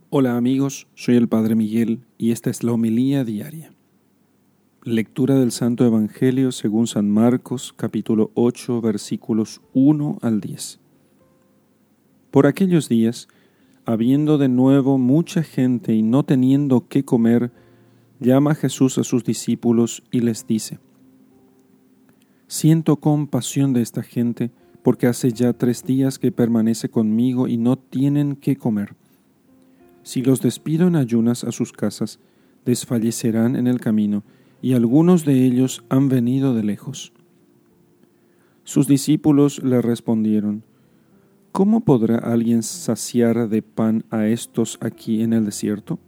Hola amigos, soy el Padre Miguel y esta es la homilía diaria. Lectura del Santo Evangelio según San Marcos, capítulo 8, versículos 1 al 10. Por aquellos días, habiendo de nuevo mucha gente y no teniendo qué comer, llama Jesús a sus discípulos y les dice: Siento compasión de esta gente, porque hace ya 3 días que permanece conmigo y no tienen qué comer. Si los despido en ayunas a sus casas, desfallecerán en el camino, y algunos de ellos han venido de lejos. Sus discípulos le respondieron: ¿Cómo podrá alguien saciar de pan a estos aquí en el desierto?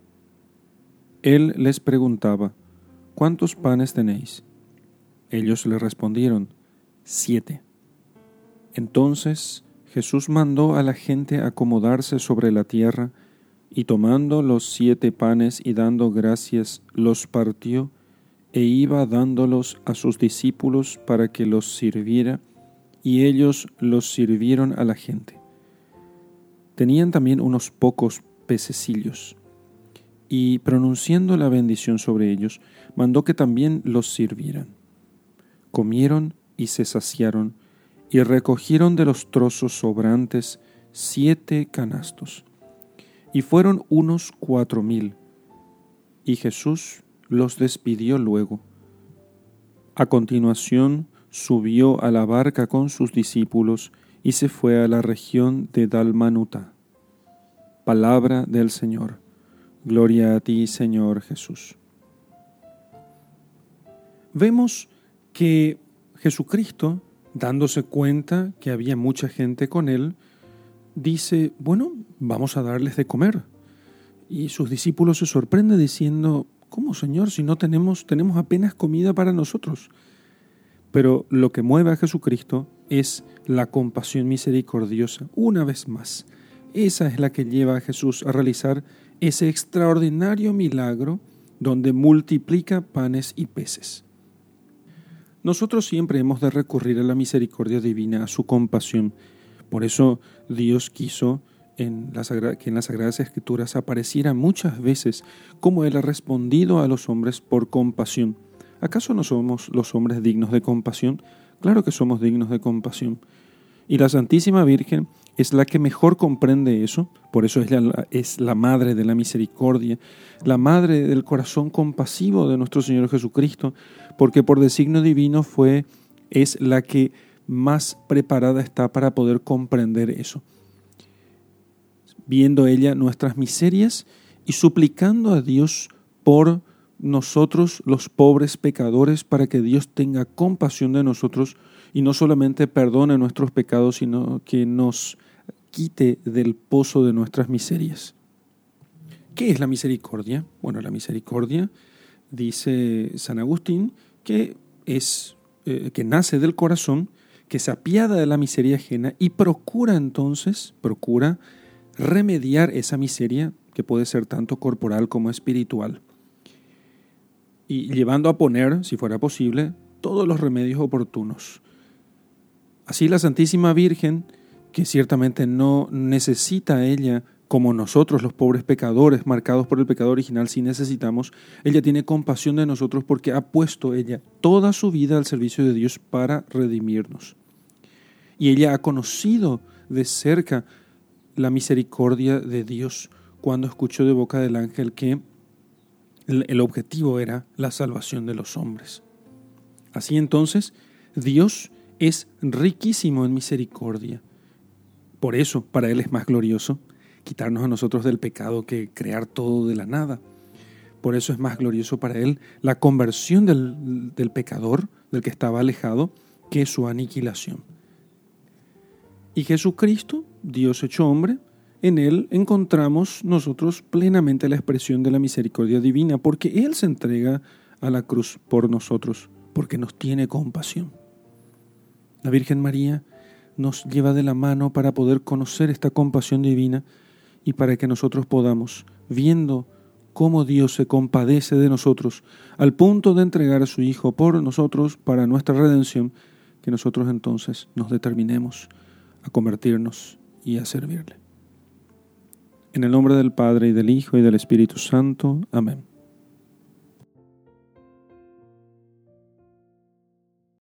Él les preguntaba: ¿Cuántos panes tenéis? Ellos le respondieron: 7. Entonces Jesús mandó a la gente acomodarse sobre la tierra, y tomando los 7 panes y dando gracias, los partió, e iba dándolos a sus discípulos para que los sirviera, y ellos los sirvieron a la gente. Tenían también unos pocos pececillos, y pronunciando la bendición sobre ellos, mandó que también los sirvieran. Comieron y se saciaron, y recogieron de los trozos sobrantes 7 canastos. Y fueron unos 4,000, y Jesús los despidió luego. A continuación subió a la barca con sus discípulos y se fue a la región de Dalmanuta. Palabra del Señor. Gloria a ti, Señor Jesús. Vemos que Jesucristo, dándose cuenta que había mucha gente con él, dice: bueno, vamos a darles de comer. Y sus discípulos se sorprenden diciendo: ¿cómo, Señor, si no tenemos apenas comida para nosotros? Pero lo que mueve a Jesucristo es la compasión misericordiosa, una vez más. Esa es la que lleva a Jesús a realizar ese extraordinario milagro donde multiplica panes y peces. Nosotros siempre hemos de recurrir a la misericordia divina, a su compasión. Por eso Dios quiso que en las Sagradas Escrituras apareciera muchas veces cómo Él ha respondido a los hombres por compasión. ¿Acaso no somos los hombres dignos de compasión? Claro que somos dignos de compasión. Y la Santísima Virgen es la que mejor comprende eso, por eso es la Madre de la Misericordia, la Madre del corazón compasivo de nuestro Señor Jesucristo, porque por designio divino es la que más preparada está para poder comprender eso. Viendo ella nuestras miserias y suplicando a Dios por nosotros, los pobres pecadores, para que Dios tenga compasión de nosotros y no solamente perdone nuestros pecados, sino que nos quite del pozo de nuestras miserias. ¿Qué es la misericordia? Bueno, la misericordia, dice San Agustín, que nace del corazón, que se apiada de la miseria ajena y procura remediar esa miseria, que puede ser tanto corporal como espiritual, y llevando a poner, si fuera posible, todos los remedios oportunos. Así la Santísima Virgen, que ciertamente no necesita ella, como nosotros los pobres pecadores, marcados por el pecado original, sí necesitamos, ella tiene compasión de nosotros porque ha puesto ella toda su vida al servicio de Dios para redimirnos. Y ella ha conocido de cerca la misericordia de Dios cuando escuchó de boca del ángel que el objetivo era la salvación de los hombres. Así entonces, Dios es riquísimo en misericordia. Por eso, para Él es más glorioso quitarnos a nosotros del pecado que crear todo de la nada. Por eso es más glorioso para Él la conversión del pecador, del que estaba alejado, que su aniquilación. Y Jesucristo, Dios hecho hombre, en Él encontramos nosotros plenamente la expresión de la misericordia divina, porque Él se entrega a la cruz por nosotros, porque nos tiene compasión. La Virgen María nos lleva de la mano para poder conocer esta compasión divina y para que nosotros podamos, viendo cómo Dios se compadece de nosotros, al punto de entregar a su Hijo por nosotros para nuestra redención, que nosotros entonces nos determinemos a convertirnos y a servirle. En el nombre del Padre, y del Hijo, y del Espíritu Santo. Amén.